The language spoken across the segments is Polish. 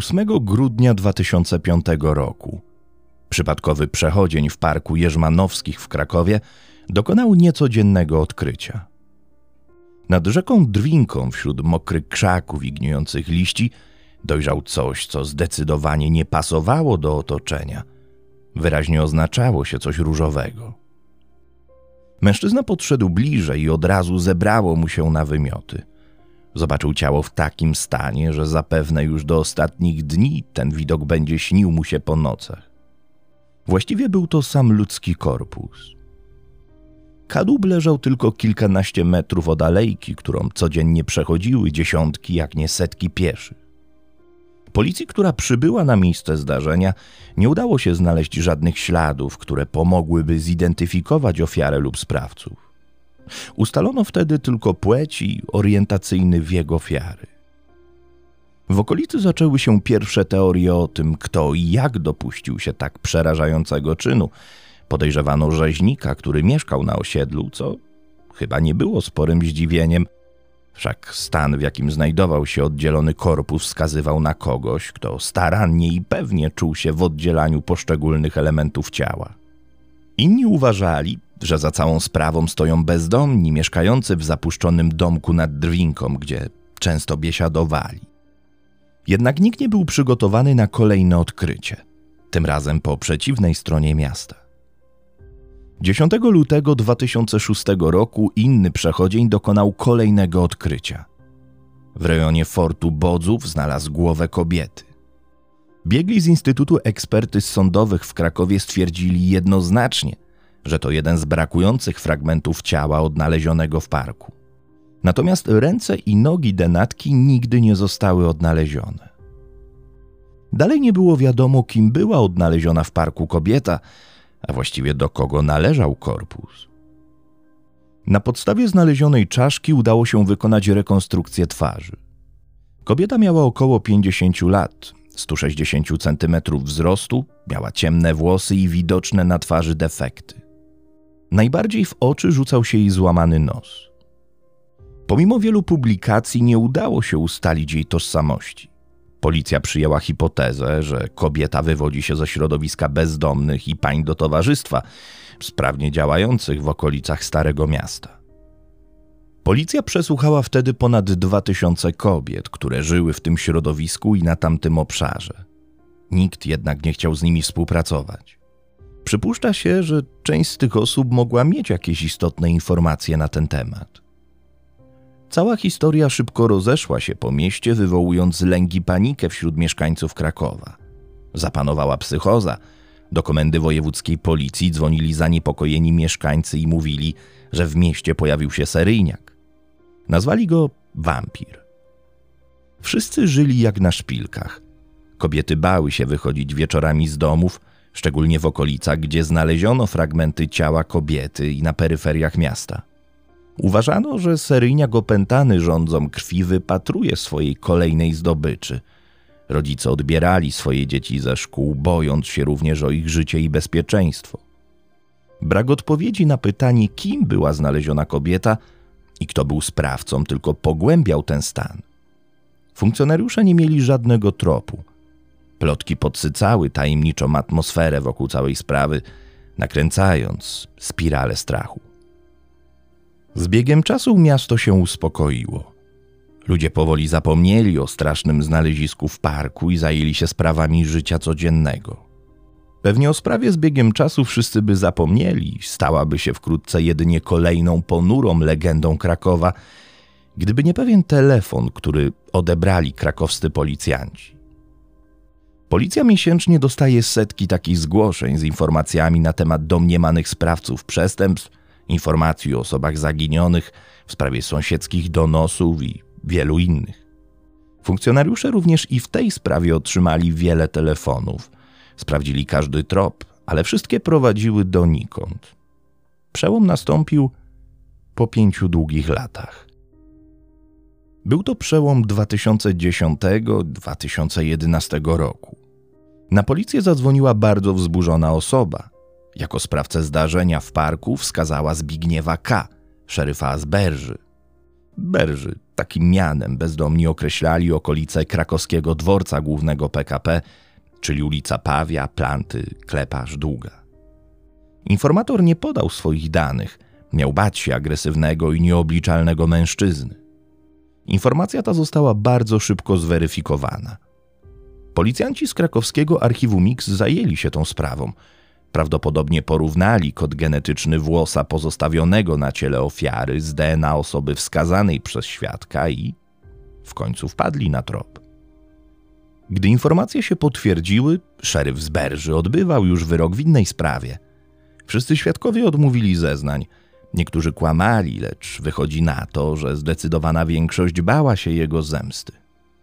8 grudnia 2005 roku przypadkowy przechodzień w Parku Jerzmanowskich w Krakowie dokonał niecodziennego odkrycia. Nad rzeką Drwinką, wśród mokrych krzaków i gnijących liści, dojrzał coś, co zdecydowanie nie pasowało do otoczenia. Wyraźnie oznaczało się coś różowego. Mężczyzna podszedł bliżej i od razu zebrało mu się na wymioty. Zobaczył ciało w takim stanie, że zapewne już do ostatnich dni ten widok będzie śnił mu się po nocach. Właściwie był to sam ludzki korpus. Kadłub leżał tylko kilkanaście metrów od alejki, którą codziennie przechodziły dziesiątki, jak nie setki pieszych. Policji, która przybyła na miejsce zdarzenia, nie udało się znaleźć żadnych śladów, które pomogłyby zidentyfikować ofiarę lub sprawców. Ustalono wtedy tylko płeć i orientacyjny wiek ofiary. W okolicy zaczęły się pierwsze teorie o tym, kto i jak dopuścił się tak przerażającego czynu. Podejrzewano rzeźnika, który mieszkał na osiedlu, co chyba nie było sporym zdziwieniem. Wszak stan, w jakim znajdował się oddzielony korpus, wskazywał na kogoś, kto starannie i pewnie czuł się w oddzielaniu poszczególnych elementów ciała. Inni uważali, że za całą sprawą stoją bezdomni mieszkający w zapuszczonym domku nad Drwinką, gdzie często biesiadowali. Jednak nikt nie był przygotowany na kolejne odkrycie, tym razem po przeciwnej stronie miasta. 10 lutego 2006 roku inny przechodzień dokonał kolejnego odkrycia. W rejonie Fortu Bodzów znalazł głowę kobiety. Biegli z Instytutu Ekspertyz Sądowych w Krakowie stwierdzili jednoznacznie, że to jeden z brakujących fragmentów ciała odnalezionego w parku. Natomiast ręce i nogi denatki nigdy nie zostały odnalezione. Dalej nie było wiadomo, kim była odnaleziona w parku kobieta, a właściwie do kogo należał korpus. Na podstawie znalezionej czaszki udało się wykonać rekonstrukcję twarzy. Kobieta miała około 50 lat, 160 cm wzrostu, miała ciemne włosy i widoczne na twarzy defekty. Najbardziej w oczy rzucał się jej złamany nos. Pomimo wielu publikacji nie udało się ustalić jej tożsamości. Policja przyjęła hipotezę, że kobieta wywodzi się ze środowiska bezdomnych i pań do towarzystwa, sprawnie działających w okolicach Starego Miasta. Policja przesłuchała wtedy ponad 2000 kobiet, które żyły w tym środowisku i na tamtym obszarze. Nikt jednak nie chciał z nimi współpracować. Przypuszcza się, że część z tych osób mogła mieć jakieś istotne informacje na ten temat. Cała historia szybko rozeszła się po mieście, wywołując lęk i panikę wśród mieszkańców Krakowa. Zapanowała psychoza. Do komendy wojewódzkiej policji dzwonili zaniepokojeni mieszkańcy i mówili, że w mieście pojawił się seryjniak. Nazwali go wampir. Wszyscy żyli jak na szpilkach. Kobiety bały się wychodzić wieczorami z domów, szczególnie w okolicach, gdzie znaleziono fragmenty ciała kobiety i na peryferiach miasta. Uważano, że seryjniak opętany żądzą krwi wypatruje swojej kolejnej zdobyczy. Rodzice odbierali swoje dzieci ze szkół, bojąc się również o ich życie i bezpieczeństwo. Brak odpowiedzi na pytanie, kim była znaleziona kobieta i kto był sprawcą, tylko pogłębiał ten stan. Funkcjonariusze nie mieli żadnego tropu. Plotki podsycały tajemniczą atmosferę wokół całej sprawy, nakręcając spiralę strachu. Z biegiem czasu miasto się uspokoiło. Ludzie powoli zapomnieli o strasznym znalezisku w parku i zajęli się sprawami życia codziennego. Pewnie o sprawie z biegiem czasu wszyscy by zapomnieli, stałaby się wkrótce jedynie kolejną ponurą legendą Krakowa, gdyby nie pewien telefon, który odebrali krakowscy policjanci. Policja miesięcznie dostaje setki takich zgłoszeń z informacjami na temat domniemanych sprawców przestępstw, informacji o osobach zaginionych, w sprawie sąsiedzkich donosów i wielu innych. Funkcjonariusze również i w tej sprawie otrzymali wiele telefonów. Sprawdzili każdy trop, ale wszystkie prowadziły donikąd. Przełom nastąpił po 5 długich latach. Był to przełom 2010-2011 roku. Na policję zadzwoniła bardzo wzburzona osoba. Jako sprawcę zdarzenia w parku wskazała Zbigniewa K., szeryfa z Berży. Berży, takim mianem bezdomni określali okolice krakowskiego dworca głównego PKP, czyli ulica Pawia, Planty, Kleparz, Długa. Informator nie podał swoich danych, miał bać się agresywnego i nieobliczalnego mężczyzny. Informacja ta została bardzo szybko zweryfikowana. Policjanci z krakowskiego archiwum X zajęli się tą sprawą. Prawdopodobnie porównali kod genetyczny włosa pozostawionego na ciele ofiary z DNA osoby wskazanej przez świadka i w końcu wpadli na trop. Gdy informacje się potwierdziły, szeryf z Berży odbywał już wyrok w innej sprawie. Wszyscy świadkowie odmówili zeznań. Niektórzy kłamali, lecz wychodzi na to, że zdecydowana większość bała się jego zemsty.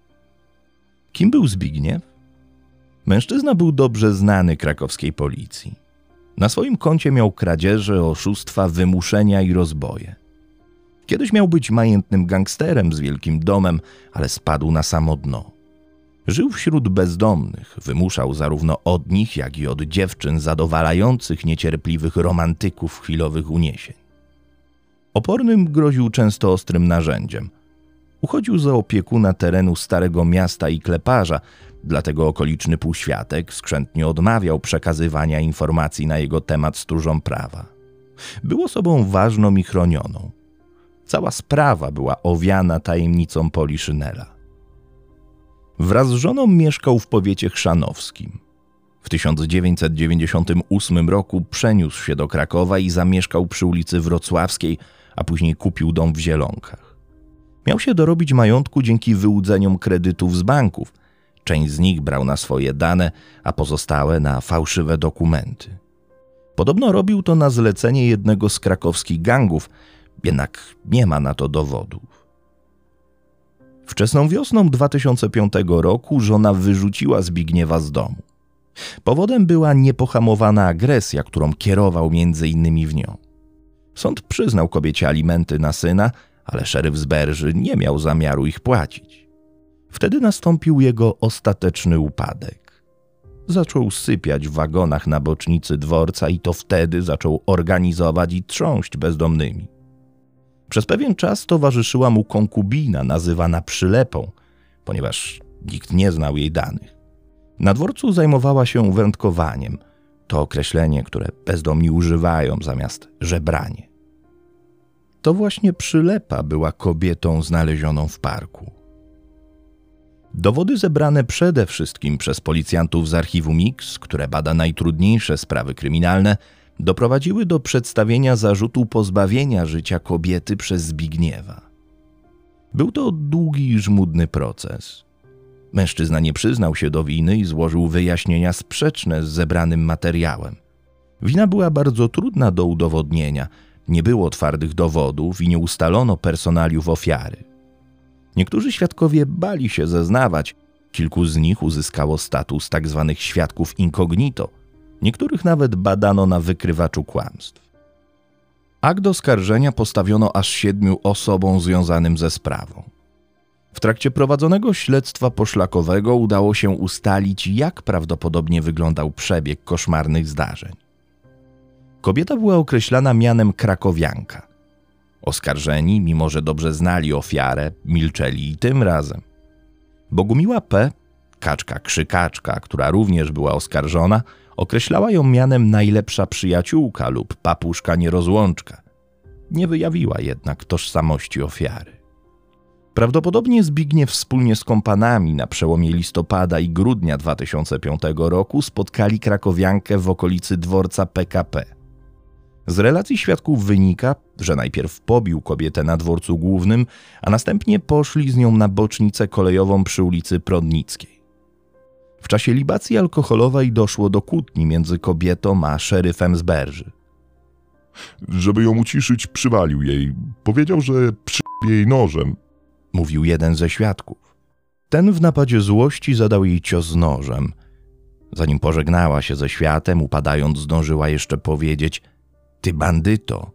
Kim był Zbigniew? Mężczyzna był dobrze znany krakowskiej policji. Na swoim koncie miał kradzieże, oszustwa, wymuszenia i rozboje. Kiedyś miał być majętnym gangsterem z wielkim domem, ale spadł na samo dno. Żył wśród bezdomnych, wymuszał zarówno od nich, jak i od dziewczyn zadowalających niecierpliwych romantyków chwilowych uniesień. Opornym groził często ostrym narzędziem. Uchodził za opiekuna terenu Starego Miasta i Kleparza, dlatego okoliczny półświadek skrzętnie odmawiał przekazywania informacji na jego temat stróżom prawa. Był osobą ważną i chronioną. Cała sprawa była owiana tajemnicą Poliszynela. Wraz z żoną mieszkał w powiecie chrzanowskim. W 1998 roku przeniósł się do Krakowa i zamieszkał przy ulicy Wrocławskiej, a później kupił dom w Zielonkach. Miał się dorobić majątku dzięki wyłudzeniom kredytów z banków. Część z nich brał na swoje dane, a pozostałe na fałszywe dokumenty. Podobno robił to na zlecenie jednego z krakowskich gangów, jednak nie ma na to dowodów. Wczesną wiosną 2005 roku żona wyrzuciła Zbigniewa z domu. Powodem była niepohamowana agresja, którą kierował m.in. w nią. Sąd przyznał kobiecie alimenty na syna, ale szeryf z Berży nie miał zamiaru ich płacić. Wtedy nastąpił jego ostateczny upadek. Zaczął sypiać w wagonach na bocznicy dworca i to wtedy zaczął organizować i trząść bezdomnymi. Przez pewien czas towarzyszyła mu konkubina nazywana Przylepą, ponieważ nikt nie znał jej danych. Na dworcu zajmowała się wędkowaniem. To określenie, które bezdomni używają zamiast żebranie. To właśnie Przylepa była kobietą znalezioną w parku. Dowody zebrane przede wszystkim przez policjantów z archiwum X, które bada najtrudniejsze sprawy kryminalne, doprowadziły do przedstawienia zarzutu pozbawienia życia kobiety przez Zbigniewa. Był to długi i żmudny proces. Mężczyzna nie przyznał się do winy i złożył wyjaśnienia sprzeczne z zebranym materiałem. Wina była bardzo trudna do udowodnienia, nie było twardych dowodów i nie ustalono personaliów ofiary. Niektórzy świadkowie bali się zeznawać, kilku z nich uzyskało status tzw. świadków incognito, niektórych nawet badano na wykrywaczu kłamstw. Akt oskarżenia postawiono aż 7 osobom związanym ze sprawą. W trakcie prowadzonego śledztwa poszlakowego udało się ustalić, jak prawdopodobnie wyglądał przebieg koszmarnych zdarzeń. Kobieta była określana mianem krakowianka. Oskarżeni, mimo że dobrze znali ofiarę, milczeli i tym razem. Bogumiła P., kaczka krzykaczka, która również była oskarżona, określała ją mianem najlepsza przyjaciółka lub papuszka nierozłączka. Nie wyjawiła jednak tożsamości ofiary. Prawdopodobnie Zbigniew wspólnie z kompanami na przełomie listopada i grudnia 2005 roku spotkali krakowiankę w okolicy dworca PKP. Z relacji świadków wynika, że najpierw pobił kobietę na dworcu głównym, a następnie poszli z nią na bocznicę kolejową przy ulicy Prodnickiej. W czasie libacji alkoholowej doszło do kłótni między kobietą a szeryfem z Berży. Żeby ją uciszyć, przywalił jej. Powiedział, że przyjdzie jej nożem. Mówił jeden ze świadków. Ten w napadzie złości zadał jej cios nożem. Zanim pożegnała się ze światem, upadając, zdążyła jeszcze powiedzieć: ty bandyto.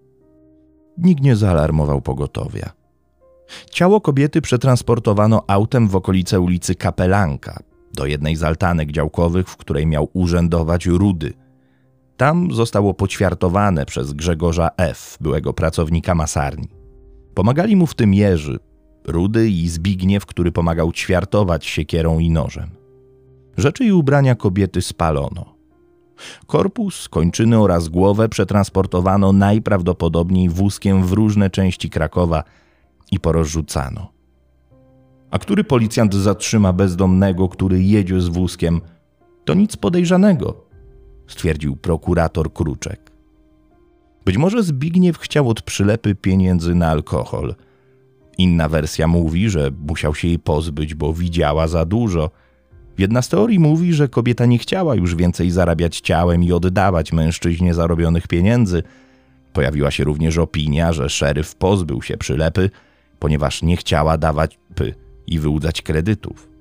Nikt nie zaalarmował pogotowia. Ciało kobiety przetransportowano autem w okolice ulicy Kapelanka, do jednej z altanek działkowych, w której miał urzędować Rudy. Tam zostało poćwiartowane przez Grzegorza F., byłego pracownika masarni. Pomagali mu w tym Jerzy, Rudy i Zbigniew, który pomagał ćwiartować siekierą i nożem. Rzeczy i ubrania kobiety spalono. Korpus, kończyny oraz głowę przetransportowano najprawdopodobniej wózkiem w różne części Krakowa i porozrzucano. A który policjant zatrzyma bezdomnego, który jedzie z wózkiem, to nic podejrzanego, stwierdził prokurator Kruczek. Być może Zbigniew chciał od przylepy pieniędzy na alkohol. Inna wersja mówi, że musiał się jej pozbyć, bo widziała za dużo. Jedna z teorii mówi, że kobieta nie chciała już więcej zarabiać ciałem i oddawać mężczyźnie zarobionych pieniędzy. Pojawiła się również opinia, że szeryf pozbył się przylepy, ponieważ nie chciała dawać i wyłudzać kredytów.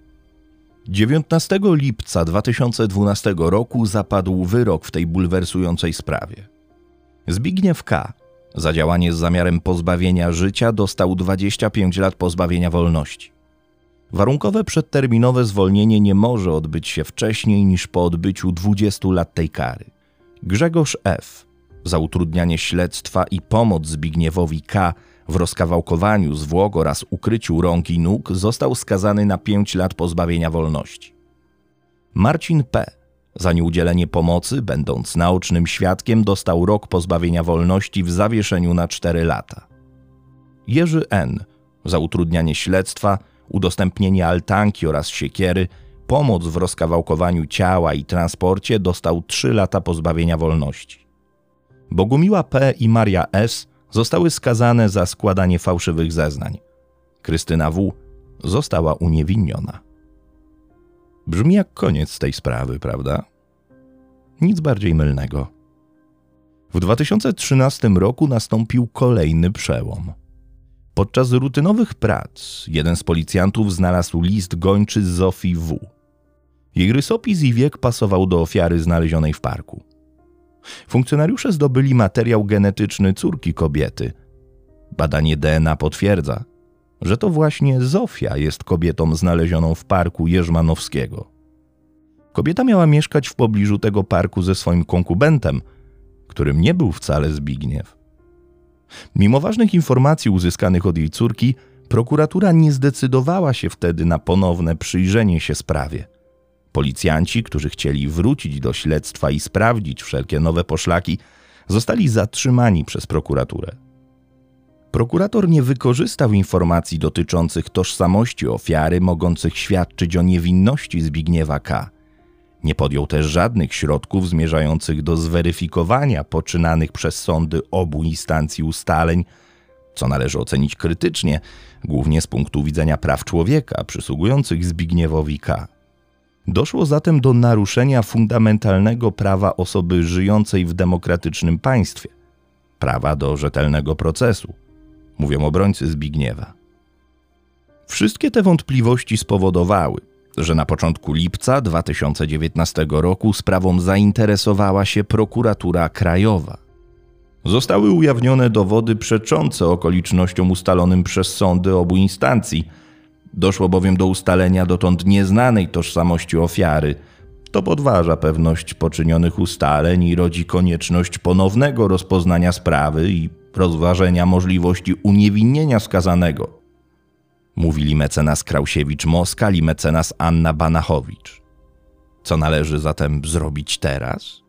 19 lipca 2012 roku zapadł wyrok w tej bulwersującej sprawie. Zbigniew K. za działanie z zamiarem pozbawienia życia dostał 25 lat pozbawienia wolności. Warunkowe przedterminowe zwolnienie nie może odbyć się wcześniej niż po odbyciu 20 lat tej kary. Grzegorz F. za utrudnianie śledztwa i pomoc Zbigniewowi K. w rozkawałkowaniu zwłok oraz ukryciu rąk i nóg został skazany na 5 lat pozbawienia wolności. Marcin P. za nieudzielenie pomocy, będąc naocznym świadkiem, dostał rok pozbawienia wolności w zawieszeniu na 4 lata. Jerzy N. za utrudnianie śledztwa, udostępnienie altanki oraz siekiery, pomoc w rozkawałkowaniu ciała i transporcie dostał 3 lata pozbawienia wolności. Bogumiła P. i Maria S. zostały skazane za składanie fałszywych zeznań. Krystyna W. została uniewinniona. Brzmi jak koniec tej sprawy, prawda? Nic bardziej mylnego. W 2013 roku nastąpił kolejny przełom. Podczas rutynowych prac jeden z policjantów znalazł list gończy Zofii W. Jej rysopis i wiek pasował do ofiary znalezionej w parku. Funkcjonariusze zdobyli materiał genetyczny córki kobiety. Badanie DNA potwierdza, że to właśnie Zofia jest kobietą znalezioną w parku Jerzmanowskiego. Kobieta miała mieszkać w pobliżu tego parku ze swoim konkubentem, którym nie był wcale Zbigniew. Mimo ważnych informacji uzyskanych od jej córki, prokuratura nie zdecydowała się wtedy na ponowne przyjrzenie się sprawie. Policjanci, którzy chcieli wrócić do śledztwa i sprawdzić wszelkie nowe poszlaki, zostali zatrzymani przez prokuraturę. Prokurator nie wykorzystał informacji dotyczących tożsamości ofiary, mogących świadczyć o niewinności Zbigniewa K. Nie podjął też żadnych środków zmierzających do zweryfikowania poczynanych przez sądy obu instancji ustaleń, co należy ocenić krytycznie, głównie z punktu widzenia praw człowieka przysługujących Zbigniewowi K. Doszło zatem do naruszenia fundamentalnego prawa osoby żyjącej w demokratycznym państwie, prawa do rzetelnego procesu, mówią obrońcy Zbigniewa. Wszystkie te wątpliwości spowodowały, że na początku lipca 2019 roku sprawą zainteresowała się prokuratura krajowa. Zostały ujawnione dowody przeczące okolicznościom ustalonym przez sądy obu instancji. Doszło bowiem do ustalenia dotąd nieznanej tożsamości ofiary. To podważa pewność poczynionych ustaleń i rodzi konieczność ponownego rozpoznania sprawy i rozważenia możliwości uniewinnienia skazanego, mówili mecenas Krausiewicz-Moskal i mecenas Anna Banachowicz. Co należy zatem zrobić teraz?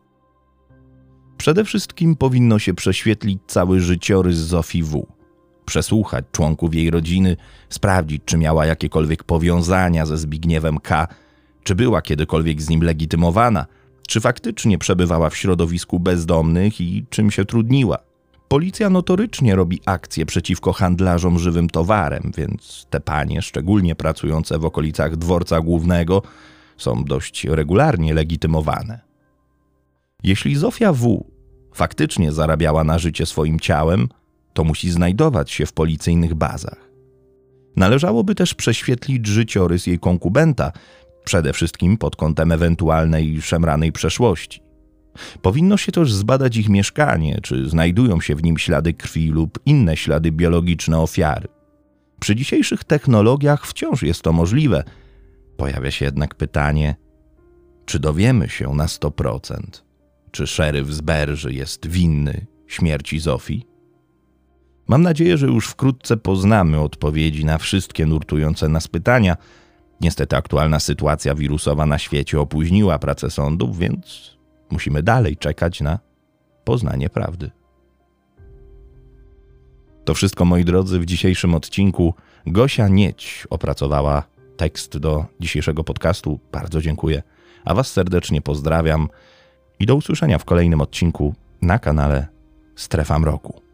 Przede wszystkim powinno się prześwietlić cały życiorys Zofii W., przesłuchać członków jej rodziny, sprawdzić, czy miała jakiekolwiek powiązania ze Zbigniewem K., czy była kiedykolwiek z nim legitymowana, czy faktycznie przebywała w środowisku bezdomnych i czym się trudniła. Policja notorycznie robi akcje przeciwko handlarzom żywym towarem, więc te panie, szczególnie pracujące w okolicach dworca głównego, są dość regularnie legitymowane. Jeśli Zofia W. faktycznie zarabiała na życie swoim ciałem, to musi znajdować się w policyjnych bazach. Należałoby też prześwietlić życiorys jej konkubenta, przede wszystkim pod kątem ewentualnej szemranej przeszłości. Powinno się też zbadać ich mieszkanie, czy znajdują się w nim ślady krwi lub inne ślady biologiczne ofiary. Przy dzisiejszych technologiach wciąż jest to możliwe. Pojawia się jednak pytanie, czy dowiemy się na 100%, czy szeryf z Berży jest winny śmierci Zofii? Mam nadzieję, że już wkrótce poznamy odpowiedzi na wszystkie nurtujące nas pytania. Niestety aktualna sytuacja wirusowa na świecie opóźniła pracę sądów, więc musimy dalej czekać na poznanie prawdy. To wszystko, moi drodzy, w dzisiejszym odcinku. Gosia Nieć opracowała tekst do dzisiejszego podcastu. Bardzo dziękuję, a Was serdecznie pozdrawiam i do usłyszenia w kolejnym odcinku na kanale Strefa Mroku.